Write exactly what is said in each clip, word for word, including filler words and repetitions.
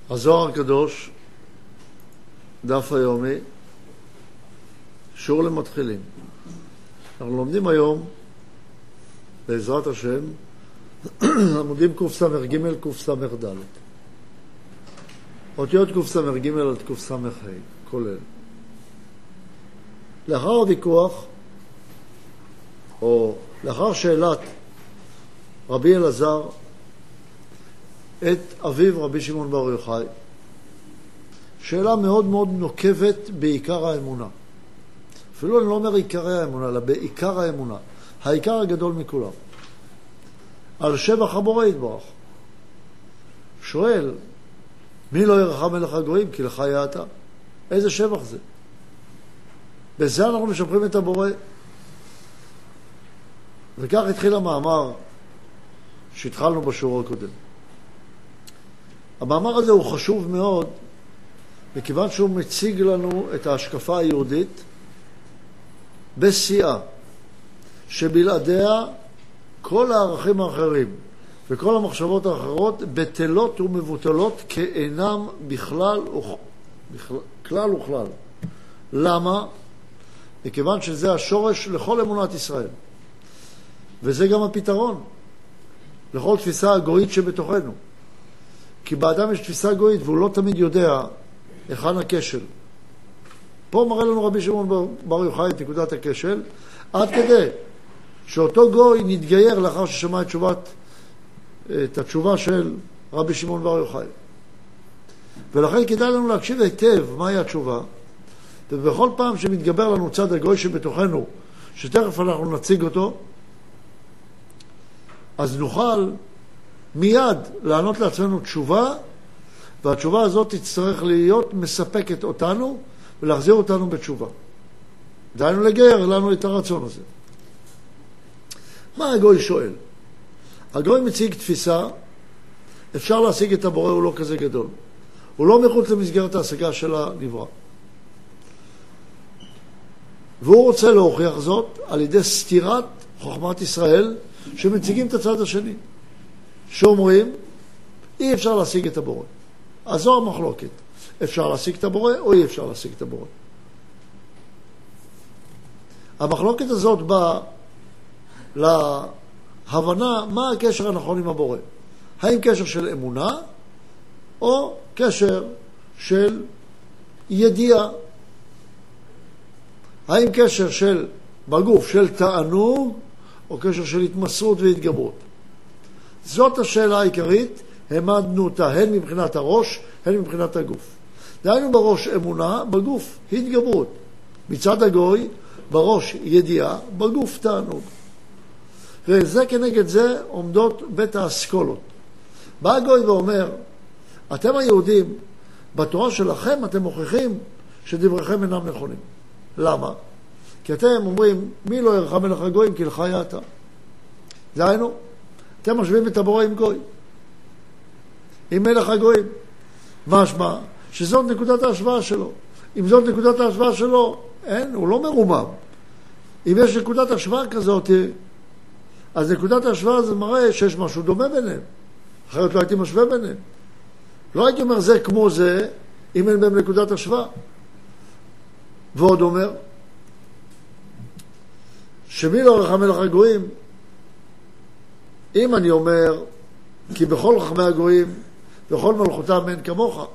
הזוהר הקדוש, דף היומי, שיעור למתחילים. אנחנו לומדים היום, בעזרת השם, עמודים קס"ג קס"ד. אותיות קס"ג עד קס"ה, כולל. לאחר הוויכוח, או לאחר שאלת רבי אלעזר את אביו רבי שמעון בר יוחאי, שאלה מאוד מאוד נוקבת בעיקר האמונה. אפילו אני לא אומר עיקרי האמונה, אלא בעיקר האמונה. העיקר הגדול מכולם. על שבח הבורא יתברך. שואל, מי לא ירחם מלך הגויים? כי לך היה אתה. איזה שבח זה? בזה אנחנו משבחים את הבורא. וכך התחיל המאמר שהתחלנו בשיעור הקודם. המאמר הזה הוא חשוב מאוד, מכיוון שהוא מציג לנו את ההשקפה היהודית בשיאה, שבלעדיה כל הערכים האחרים וכל המחשבות האחרות בטלות ומבוטלות כאינם בכלל, בכלל כלל וכלל. למה? מכיוון שזה השורש לכל אמונת ישראל. וזה גם הפתרון לכל תפיסה הגויית שבתוכנו. כי באדם יש תפיסה גויית והוא לא תמיד יודע היכן הכשל. פה מראה לנו רבי שמעון בר יוחאי את נקודת הכשל, עד כדי שאותו גוי נתגייר לאחר ששמע את, תשובת, את התשובה של רבי שמעון בר יוחאי. ולכן כדאי לנו להקשיב היטב מהי התשובה, ובכל פעם שמתגבר לנו צד הגוי שבתוכנו, שתכף אנחנו נציג אותו, אז נוכל מיד לענות לעצמנו תשובה, והתשובה הזאת תצטרך להיות מספקת אותנו ולהחזיר אותנו בתשובה. דהיינו לגייר לנו את הרצון הזה. מה הגוי שואל? הגוי מציג תפיסה, אפשר להשיג את הבורא, הוא לא כזה גדול. הוא לא מחוץ למסגרת ההשגה של הנברא. והוא רוצה להוכיח זאת על ידי סתירת חוכמת ישראל, שמציגים את הצד השני. שאומרים, אי אפשר להשיג את הבורא. אז זו המחלוקת. אפשר להשיג את הבורא או אי אפשר להשיג את הבורא. המחלוקת הזאת באה להבנה מה הקשר הנכון עם הבורא. האם קשר של אמונה או קשר של ידיעה? האם קשר של בגוף של תענוג או קשר של התמסרות והתגברות? זאת השאלה העיקרית, העמדנו אותה הן מבחינת הראש, הן מבחינת הגוף. דהיינו בראש אמונה, בגוף התגברות. מצד הגוי, בראש ידיעה, בגוף תענוג. וזה כנגד זה עומדות בית האסכולות. בא הגוי ואומר, אתם היהודים, בתורה שלכם אתם מוכיחים שדבריכם אינם נכונים. למה? כי אתם אומרים, מי לא ירחם מלך הגויים? כי לך היה אתה. דהיינו, אתם משווים את הבורא עם גוי, עם מלך הגויים. משמע שזאת נקודת ההשוואה שלו. אם זאת נקודת ההשוואה שלו, אין, הוא לא מרומם. אם יש נקודת השוואה כזאת, אז נקודת ההשוואה זה מראה שיש משהו דומה ביניהם. אחרת לא הייתי משווה ביניהם. לא הייתי אומר זה כמו זה, אם אין בהם נקודת השוואה. ועוד אומר, שמי לא ירחם מלך הגויים? אם אני אומר, כי בכל חכמי הגויים, בכל מלכותם אין כמוך,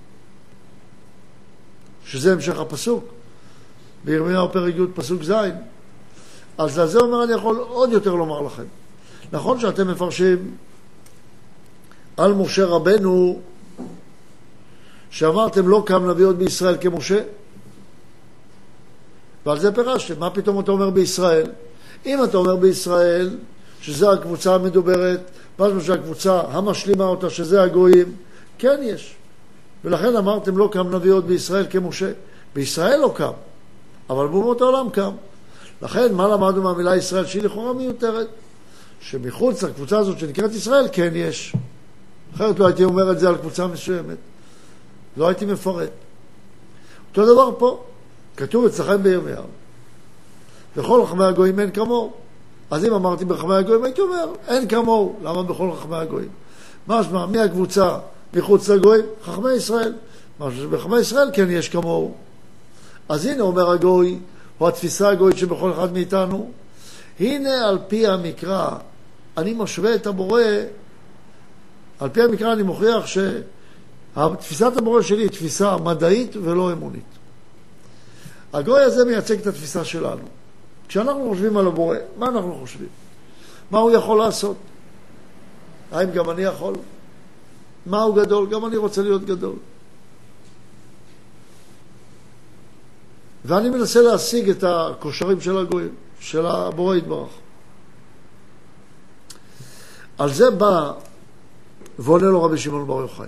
שזה המשך הפסוק, בירמיהו פרק י' פסוק ז', אז לזה אומר אני יכול עוד יותר לומר לכם. נכון שאתם מפרשים על משה רבנו, שאמרתם לא קם נביא עוד בישראל כמשה, ועל זה פירשתם. מה פתאום אתה אומר בישראל? אם אתה אומר בישראל, שזה הקבוצה המדוברת, משהו שהקבוצה המשלימה אותה, שזה הגויים, כן יש. ולכן אמרתם לא קם נביא עוד בישראל כמשה. בישראל לא קם, אבל באומות העולם קם. לכן מה למדנו מהמילה ישראל שהיא לכאורה מיותרת? שמחוץ לקבוצה הזאת שנקראת ישראל כן יש. אחרת לא הייתי אומר את זה על קבוצה מסוימת. לא הייתי מפרט. אותו דבר פה. כתוב אצלכם בירמיהו, בכל חכמי הגויים אין כמוהו. אז אם אמרתי בחכמי הגויים, הייתי אומר, אין כמוהו. למה בכל חכמי הגויים? משמע, מי הקבוצה מחוץ לגויים? חכמי ישראל. מה שבחכמי ישראל כן יש כמוהו. אז הנה אומר הגוי, או התפיסה הגויית שבכל אחד מאיתנו, הנה על פי המקרא, אני משווה את הבורא, על פי המקרא אני מוכיח שתפיסת הבורא שלי היא תפיסה מדעית ולא אמונית. הגוי הזה מייצג את התפיסה שלנו. כשאנחנו חושבים על הבורא, מה אנחנו חושבים? מה הוא יכול לעשות? האם גם אני יכול? מה הוא גדול? גם אני רוצה להיות גדול. ואני מנסה להשיג את הכושרים של הגוי, של הבורא יתברך. על זה בא ועונה לו רבי שמעון בר יוחאי.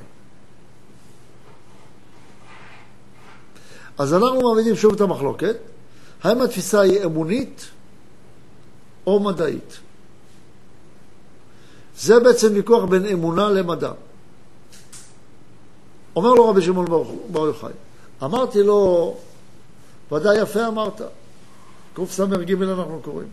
אז אנחנו מעמידים שוב את המחלוקת, האם התפיסה היא אמונית או מדעית? זה בעצם ויכוח בין אמונה למדע. אומר לו רבי שמעון בר יוחאי, אמרתי לו, ודאי יפה אמרת, קוף סמר ג' אנחנו קוראים.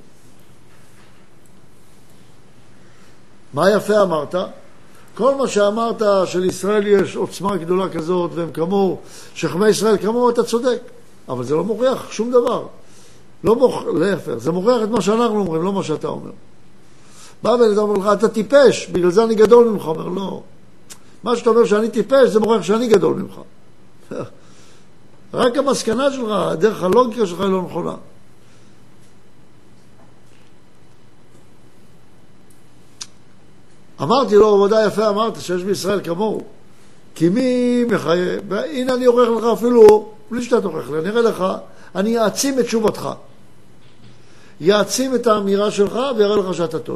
מה יפה אמרת? כל מה שאמרת שלישראל יש עוצמה גדולה כזאת והם כמוהו, שחכמי ישראל כמוהו, אתה צודק. אבל זה לא מוכיח שום דבר. לא מוכ... להפך, זה מוכיח את מה שאנחנו אומרים, לא מה שאתה אומר. בא ואתה אומר לך, אתה טיפש, בגלל זה אני גדול ממך. אומר, לא. מה שאתה אומר שאני טיפש, זה מוכיח שאני גדול ממך. רק המסקנה שלך, דרך הלוגיקה שלך היא לא נכונה. אמרתי לו, ודאי יפה אמרת שיש בישראל כמוהו. כי מי מחיה? והנה אני אוכח לך אפילו, בלי שאתה תוכח לי, אני אראה לך, אני אעצים את תשובתך. יעצים את האמירה שלך ויראה לך שאתה טועה.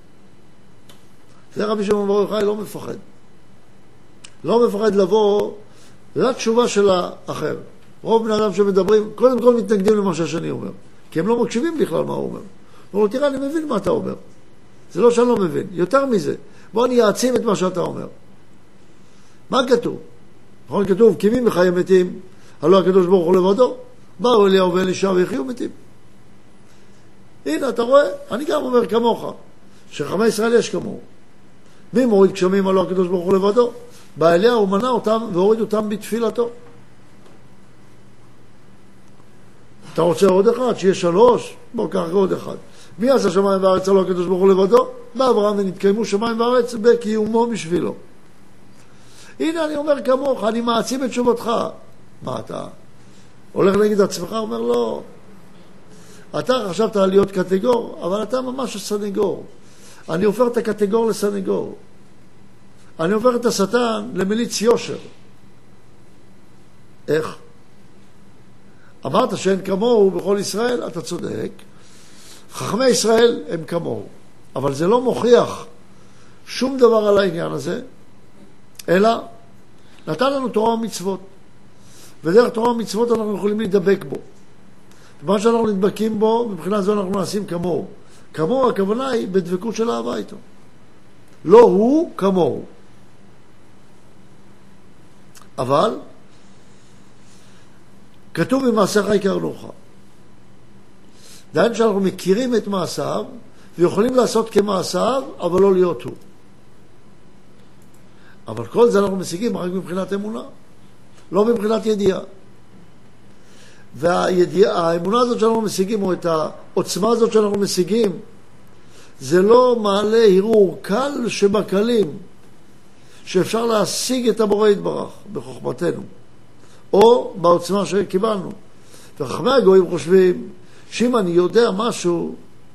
זה רבי שמעון בר יוחאי לא מפחד. לא מפחד לבוא לתשובה של האחר. רוב בני אדם שמדברים, קודם כל מתנגדים למה שהשני אומר. כי הם לא מקשיבים בכלל מה הוא אומר. הוא אומר, תראה, אני מבין מה אתה אומר. זה לא שאני לא מבין. יותר מזה, בוא אני אעצים את מה שאתה אומר. מה כתוב? נכון, כתוב, כי מי מחיה מתים? הלא הקדוש ברוך הוא לבדו. באו אליהו ואלישע ויחיו מתים. הנה, אתה רואה? אני גם אומר כמוך, שחכמי ישראל יש כמוהו. מי מוריד גשמים הלא הקדוש ברוך הוא לבדו? בא אליהו ומנע אותם והוריד אותם בתפילתו. אתה רוצה עוד אחד? שיהיה שלוש? בוא קח עוד אחד. מי עשה שמיים וארץ הלא הקדוש ברוך הוא לבדו? בא אברהם ונתקיימו שמיים וארץ בקיומו בשבילו. הנה אני אומר כמוך, אני מעצים את תשובתך. מה אתה? הולך להגיד עצמך, אומר לא. אתה חשבת להיות קטגור, אבל אתה ממש סנגור. אני הופך את הקטגור לסנגור. אני הופך את השטן למיליץ יושר. איך? אמרת שאין כמוהו בכל ישראל, אתה צודק. חכמי ישראל הם כמוהו. אבל זה לא מוכיח שום דבר על העניין הזה, אלא נתן לנו תורה ומצוות. ודרך תורה ומצוות אנחנו יכולים להידבק בו. מה שאנחנו נדבקים בו, מבחינת זו אנחנו נעשים כמוהו. כמוהו, הכוונה היא בדבקות של אהבה איתו. לא הוא כמוהו. אבל כתוב במעשיך הכרנוך. דהיינו שאנחנו מכירים את מעשיו ויכולים לעשות כמעשיו, אבל לא להיות הוא. אבל כל זה אנחנו משיגים רק מבחינת אמונה, לא מבחינת ידיעה. והאמונה הזאת שאנחנו משיגים, או את העוצמה הזאת שאנחנו משיגים, זה לא מעלה הרהור קל שבקלים, שאפשר להשיג את הבורא יתברך בחוכמתנו, או בעוצמה שקיבלנו. וחכמי הגויים חושבים, שאם אני יודע משהו,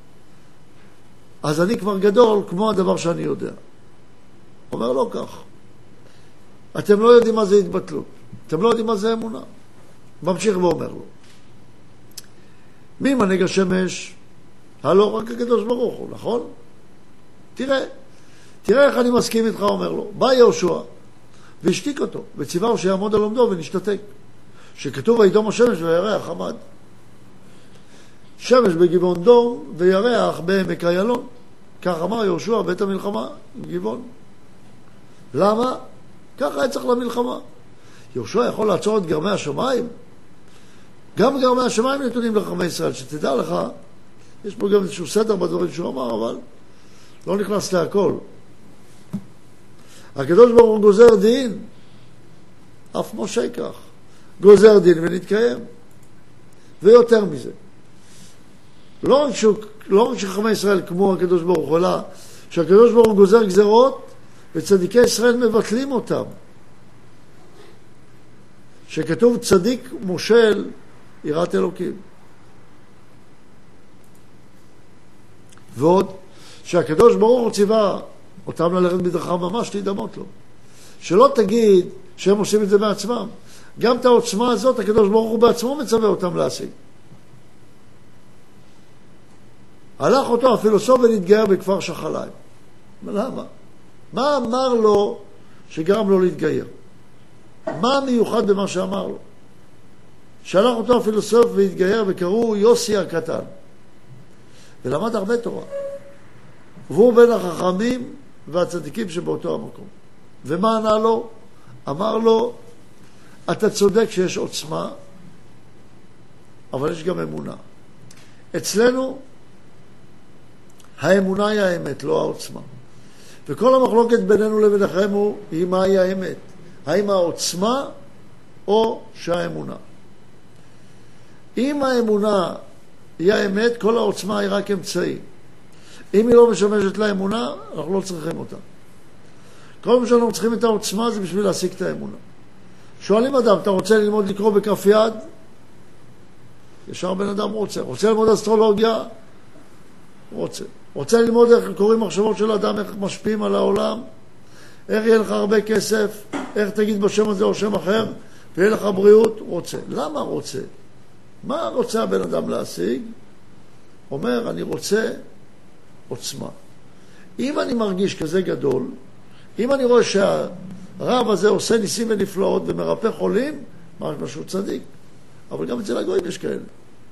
אז אני כבר גדול כמו הדבר שאני יודע. אומר לא כך. אתם לא יודעים מה זה התבטלות. אתם לא יודעים מה זה אמונה. ממשיך ואומר לו. מי מנהיג השמש? הלא רק הקדוש ברוך הוא, נכון? תראה. תראה איך אני מסכים איתך, אומר לו. בא יהושע והשתיק אותו, וציווהו שיעמוד על עומדו ונשתתק. שכתוב וידום השמש וירח עמד. שמש בגבעון דום וירח בעמק איילון. כך אמר יהושע בית המלחמה עם גבעון. למה? ככה היה צריך למלחמה. יהושע יכול לעצור את גרמי השמיים? גם גרמי השמיים נתונים לחכמי ישראל, שתדע לך, יש פה גם איזשהו סדר בדברים שהוא אמר, אבל לא נכנס להכל. הקדוש ברוך הוא גוזר דין, אף משה כך. גוזר דין ונתקיים. ויותר מזה. לא רק, שהוא, לא רק שחכמי ישראל כמו הקדוש ברוך הוא, אלא שהקדוש ברוך הוא גוזר גזרות, וצדיקי ישראל מבטלים אותם. שכתוב צדיק מושל יראת אלוקים. ועוד, שהקדוש ברוך הוא ציווה אותם ללכת בדרכיו ממש להידמות לו. שלא תגיד שהם עושים את זה בעצמם. גם את העוצמה הזאת, הקדוש ברוך הוא בעצמו מצווה אותם להשיג. הלך אותו הפילוסוף ונתגייר בכפר שחליים. למה? מה אמר לו שגרם לו להתגייר? מה המיוחד במה שאמר לו? שלח אותו הפילוסוף והתגייר וקראו יוסי הקטן. ולמד הרבה תורה. והוא בין החכמים והצדיקים שבאותו המקום. ומה ענה לו? אמר לו, אתה צודק שיש עוצמה, אבל יש גם אמונה. אצלנו, האמונה היא האמת, לא העוצמה. וכל המחלוקת בינינו לביניכם הוא, היא מהי האמת. האם העוצמה או שהאמונה. אם האמונה היא האמת, כל העוצמה היא רק אמצעי. אם היא לא משמשת לאמונה, אנחנו לא צריכים אותה. כל מה שאנחנו צריכים את העוצמה זה בשביל להשיג את האמונה. שואלים אדם, אתה רוצה ללמוד לקרוא בכף יד? ישר בן אדם רוצה. רוצה ללמוד אסטרולוגיה? רוצה. רוצה ללמוד איך קוראים מחשבות של אדם, איך משפיעים על העולם? איך יהיה לך הרבה כסף? איך תגיד בשם הזה או שם אחר? ויהיה לך בריאות? רוצה. למה רוצה? מה רוצה הבן אדם להשיג? אומר, אני רוצה עוצמה. אם אני מרגיש כזה גדול, אם אני רואה שהרב הזה עושה ניסים ונפלאות ומרפא חולים, משהו צדיק. אבל גם אצל הגויים יש כאלה.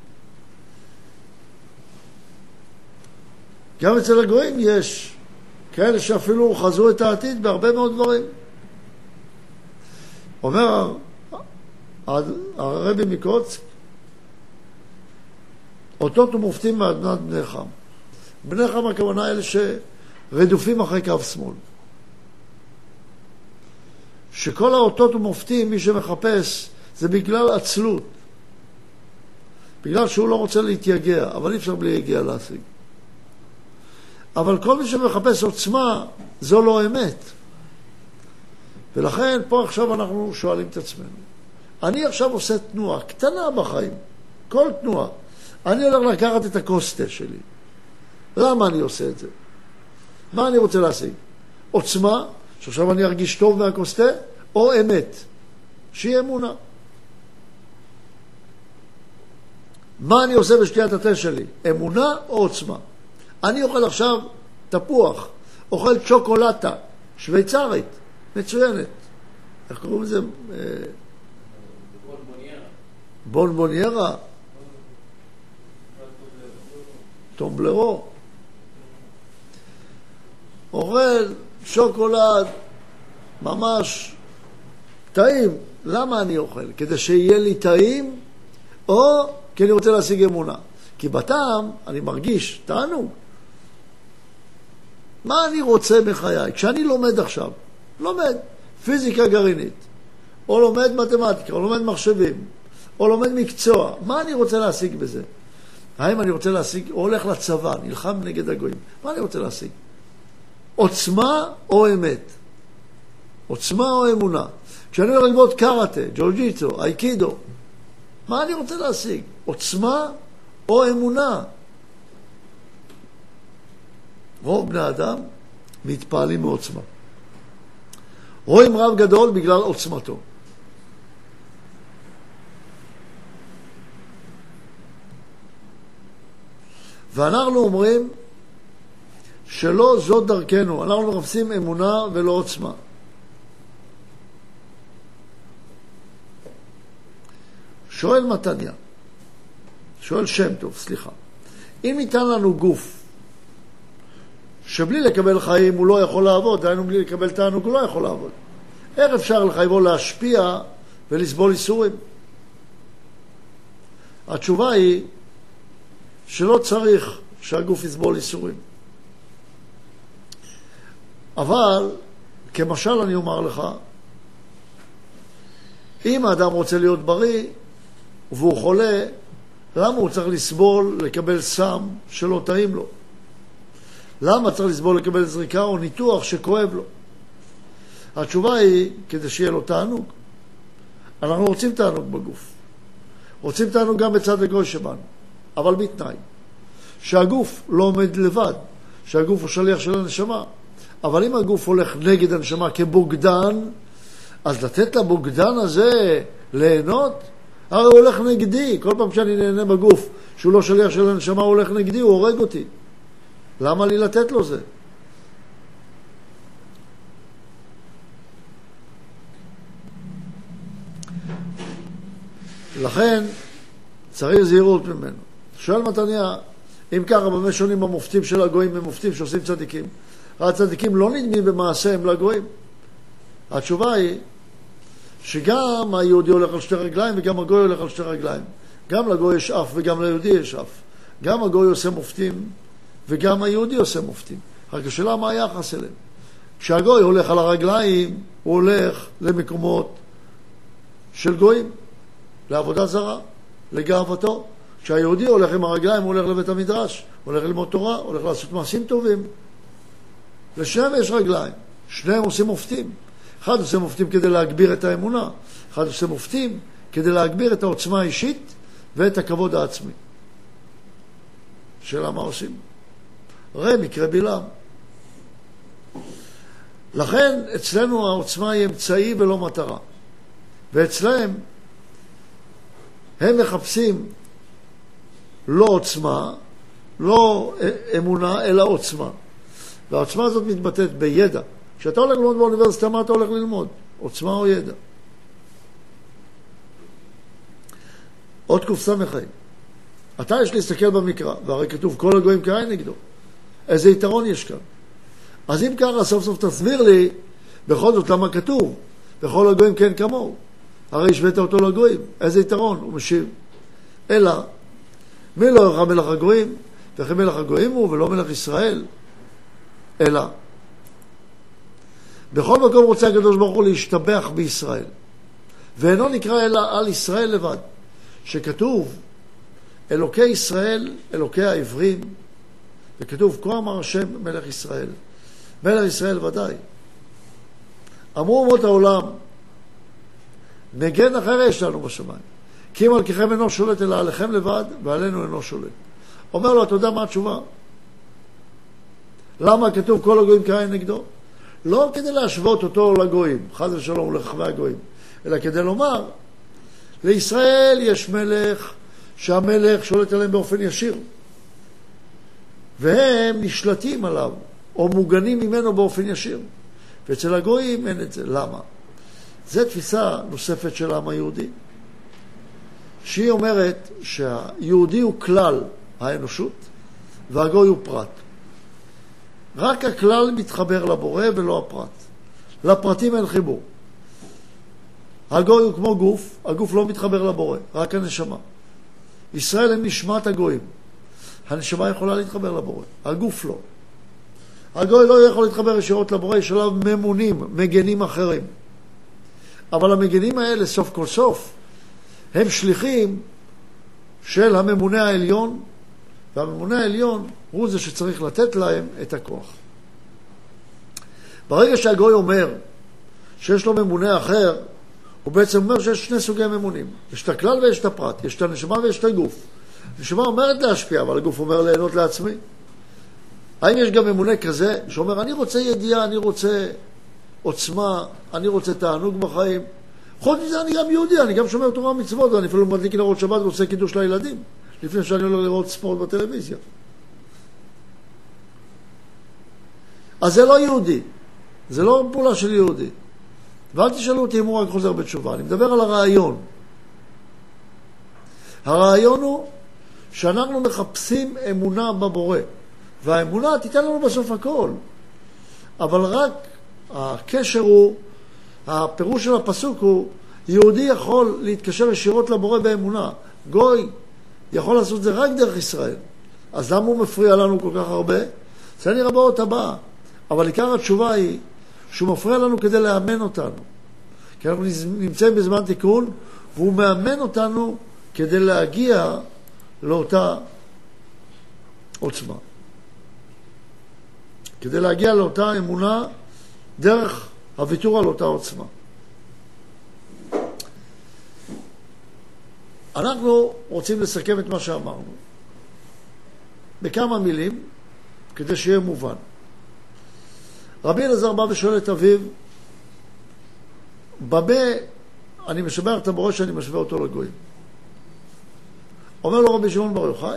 גם אצל הגויים יש כאלה שאפילו חזו את העתיד בהרבה מאוד דברים. אומר הרבי מקוצק, אותות ומופתים מאדמת בני חם. בני חם הכוונה אלה שרדופים אחרי קו שמאל. שכל האותות ומופתים, מי שמחפש, זה בגלל עצלות. בגלל שהוא לא רוצה להתייגע, אבל אי אפשר בלי יגיע להשיג. אבל כל מי שמחפש עוצמה, זו לא אמת. ולכן פה עכשיו אנחנו שואלים את עצמנו. אני עכשיו עושה תנועה, קטנה בחיים, כל תנועה. אני הולך לקחת את הקוסטה שלי. למה אני עושה את זה? מה אני רוצה להשיג? עוצמה, שעכשיו אני ארגיש טוב מהקוסטה, או אמת, שהיא אמונה. מה אני עושה בשתיית התה שלי? אמונה או עוצמה? אני אוכל עכשיו תפוח, אוכל צ'וקולטה, שוויצרית, מצוינת. איך קוראים לזה? בונבוניירה. בונבוניירה? טומבלרו. אוכל שוקולד, ממש טעים. למה אני אוכל? כדי שיהיה לי טעים, או כי אני רוצה להשיג אמונה. כי בטעם אני מרגיש תענוג. מה אני רוצה בחיי? כשאני לומד עכשיו, לומד פיזיקה גרעינית, או לומד מתמטיקה, או לומד מחשבים, או לומד מקצוע, מה אני רוצה להשיג בזה? האם אני רוצה להשיג, או הולך לצבא, נלחם נגד הגויים, מה אני רוצה להשיג? עוצמה או אמת? עוצמה או אמונה? כשאני הולך ללמוד קראטה, ג'ו-ג'יטסו, אייקידו, מה אני רוצה להשיג? עוצמה או אמונה? רוב בני אדם מתפעלים מעוצמה. רואים רב גדול בגלל עוצמתו. ואנחנו אומרים שלא זאת דרכנו. אנחנו מחפשים אמונה ולא עוצמה. שואל מתניה, שואל שם טוב, סליחה. אם ניתן לנו גוף שבלי לקבל חיים הוא לא יכול לעבוד, דהיינו בלי לקבל תענוג הוא לא יכול לעבוד. איך אפשר לחייבו להשפיע ולסבול איסורים? התשובה היא שלא צריך שהגוף יסבול איסורים. אבל כמשל אני אומר לך, אם האדם רוצה להיות בריא והוא חולה, למה הוא צריך לסבול לקבל סם שלא טעים לו? למה צריך לסבול לקבל זריקה או ניתוח שכואב לו? התשובה היא כדי שיהיה לו תענוג. אנחנו רוצים תענוג בגוף. רוצים תענוג גם בצד הגוי שבנו, אבל בתנאי שהגוף לא עומד לבד, שהגוף הוא שליח של הנשמה. אבל אם הגוף הולך נגד הנשמה כבוגדן, אז לתת לבוגדן הזה ליהנות? הרי הוא הולך נגדי. כל פעם שאני נהנה בגוף שהוא לא שליח של הנשמה, הוא הולך נגדי, הוא הורג אותי. למה לי לתת לו זה? לכן צריך זהירות ממנו. שואל מתניה, אם ככה, במה שונים המופתים של הגויים הם מופתים שעושים צדיקים? הצדיקים לא נדמים במעשיהם לגויים. התשובה היא שגם היהודי הולך על שתי רגליים וגם הגוי הולך על שתי רגליים. גם לגוי יש אף וגם ליהודי יש אף. גם הגוי עושה מופתים וגם היהודי עושה מופתים. רק השאלה מה היחס אליהם. כשהגוי הולך על הרגליים, הוא הולך למקומות של גויים, לעבודה זרה, לגאוותו. כשהיהודי הולך עם הרגליים, הוא הולך לבית המדרש, הולך ללמוד תורה, הולך לעשות מעשים טובים. לשניהם יש רגליים, שניהם עושים מופתים. אחד עושה מופתים כדי להגביר את האמונה, אחד עושה מופתים כדי להגביר את העוצמה האישית ואת הכבוד העצמי. שאלה מה עושים? ראה מקרה בלעם. לכן אצלנו העוצמה היא אמצעי ולא מטרה. ואצלהם הם מחפשים לא עוצמה, לא אמונה, אלא עוצמה. והעוצמה הזאת מתבטאת בידע. כשאתה הולך ללמוד באוניברסיטה, מה אתה הולך ללמוד? עוצמה או ידע? עוד קופסה מחיים. אתה יש להסתכל במקרא, והרי כתוב כל הגויים כעין נגדו. איזה יתרון יש כאן? אז אם ככה, סוף סוף תסביר לי, בכל זאת למה כתוב, וכל הגויים כן כמוהו. הרי השווית אותו לגויים. איזה יתרון? הוא משיב. אלא, מי לא ירחם מלך הגויים? וכי מלך הגויים הוא ולא מלך ישראל. אלא, בכל מקום רוצה הקדוש ברוך הוא להשתבח בישראל. ואינו נקרא אלא על ישראל לבד. שכתוב, אלוקי ישראל, אלוקי העברים, וכתוב, כה אמר השם מלך ישראל. מלך ישראל ודאי. אמרו אומות העולם, נגן אחר יש לנו בשמיים. כי מלככם אינו שולט אלא עליכם לבד, ועלינו אינו שולט. אומר לו, אתה יודע מה התשובה? למה כתוב כל הגויים כעין נגדו? לא כדי להשוות אותו לגויים, חס ושלום ולרחבי הגויים, אלא כדי לומר, לישראל יש מלך, שהמלך שולט עליהם באופן ישיר. והם נשלטים עליו, או מוגנים ממנו באופן ישיר. ואצל הגויים אין את זה. למה? זו תפיסה נוספת של העם היהודי. שהיא אומרת שהיהודי הוא כלל האנושות, והגוי הוא פרט. רק הכלל מתחבר לבורא ולא הפרט. לפרטים אין חיבור. הגוי הוא כמו גוף, הגוף לא מתחבר לבורא, רק הנשמה. ישראל הם נשמת הגויים. הנשמה יכולה להתחבר לבורא, הגוף לא. הגוי לא יכול להתחבר ישירות לבורא, יש עליו ממונים, מגנים אחרים. אבל המגנים האלה, סוף כל סוף, הם שליחים של הממונה העליון, והממונה העליון הוא זה שצריך לתת להם את הכוח. ברגע שהגוי אומר שיש לו ממונה אחר, הוא בעצם אומר שיש שני סוגי ממונים. יש את הכלל ויש את הפרט, יש את הנשמה ויש את הגוף. הנשמה אומרת להשפיע, אבל הגוף אומר ליהנות לעצמי. האם יש גם ממונה כזה שאומר, אני רוצה ידיעה, אני רוצה עוצמה, אני רוצה תענוג בחיים. חוץ מזה אני גם יהודי, אני גם שומר תורה ומצוות, ואני אפילו מדליק נרות שבת ועושה קידוש לילדים, לפני שאני הולך לראות ספורט בטלוויזיה. אז זה לא יהודי, זה לא פעולה של יהודי. ואל תשאלו אותי אם הוא רק חוזר בתשובה, אני מדבר על הרעיון. הרעיון הוא שאנחנו מחפשים אמונה בבורא, והאמונה תיתן לנו בסוף הכל. אבל רק הקשר הוא, הפירוש של הפסוק הוא, יהודי יכול להתקשר ישירות לבורא באמונה. גוי יכול לעשות את זה רק דרך ישראל. אז למה הוא מפריע לנו כל כך הרבה? זה נראה באות הבאה. אבל עיקר התשובה היא שהוא מפריע לנו כדי לאמן אותנו. כי אנחנו נמצאים בזמן תיקון, והוא מאמן אותנו כדי להגיע לאותה עוצמה. כדי להגיע לאותה אמונה דרך הוויתור על אותה עוצמה. אנחנו רוצים לסכם את מה שאמרנו בכמה מילים כדי שיהיה מובן. רבי אלעזר בא ושואל את אביו, במה אני משבח את הבורא שאני משווה אותו לגויים? אומר לו רבי שמעון בר יוחאי,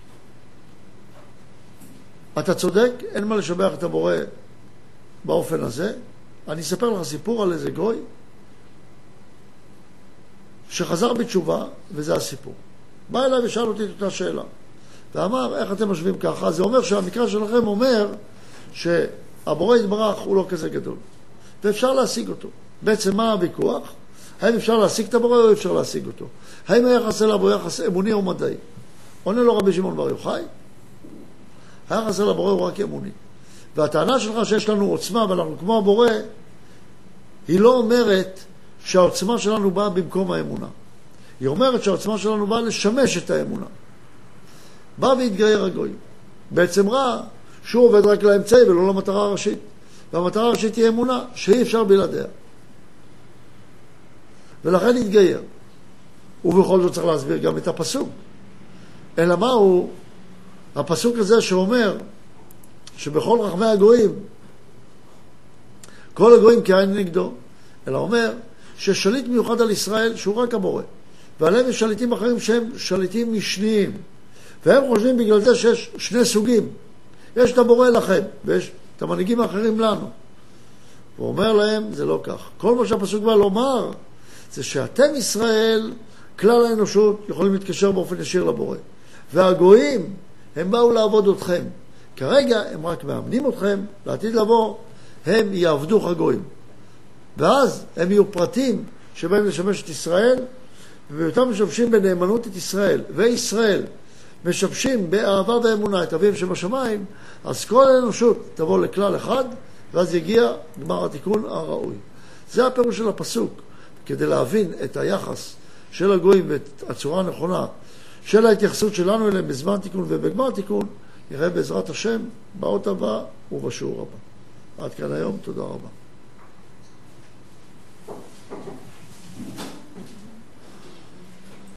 אתה צודק, אין מה לשבח את הבורא באופן הזה. אני אספר לך סיפור על איזה גוי שחזר בתשובה, וזה הסיפור. בא אליי ושאל אותי את אותה שאלה, ואמר, איך אתם משווים ככה? זה אומר שהמקרא שלכם אומר שהבורא יתברך הוא לא כזה גדול, ואפשר להשיג אותו. בעצם מה הוויכוח? האם אפשר להשיג את הבורא או אפשר להשיג אותו? האם היחס אליו הוא יחס אמוני או מדעי? עונה לו רבי שמעון בר יוחאי, היחס אל הבורא הוא רק אמוני. והטענה שלך שיש לנו עוצמה ואנחנו כמו הבורא, היא לא אומרת שהעוצמה שלנו באה במקום האמונה. היא אומרת שהעוצמה שלנו באה לשמש את האמונה. בא והתגייר הגוי. בעצם ראה שהוא עובד רק לאמצעי ולא למטרה הראשית. והמטרה הראשית היא אמונה שאי אפשר בלעדיה. ולכן התגייר. ובכל זאת צריך להסביר גם את הפסוק. אלא מה הוא הפסוק הזה שאומר שבכל רחמי הגויים כל הגויים כעין נגדו, אלא אומר ששליט מיוחד על ישראל שהוא רק הבורא, ועליהם יש שליטים אחרים שהם שליטים משניים, והם חושבים בגלל זה שיש שני סוגים, יש את הבורא לכם ויש את המנהיגים האחרים לנו. הוא אומר להם זה לא כך. כל מה שהפסוק בא לומר זה שאתם ישראל, כלל האנושות, יכולים להתקשר באופן ישיר לבורא, והגויים הם באו לעבוד אתכם. כרגע הם רק מאמנים אתכם, לעתיד לבוא הם יעבדו הגויים. ואז הם יהיו פרטים שבהם לשמש את ישראל, ובאותם משמשים בנאמנות את ישראל, וישראל משמשים באהבה ואמונה את אביהם שבשמיים, אז כל האנושות תבוא לכלל אחד, ואז יגיע גמר התיקון הראוי. זה הפירוש של הפסוק, כדי להבין את היחס של הגויים ואת הצורה הנכונה של ההתייחסות שלנו אליהם בזמן תיקון ובגמר תיקון, נראה בעזרת השם באות הבא ובשיעור הבא. עד כאן היום, תודה רבה.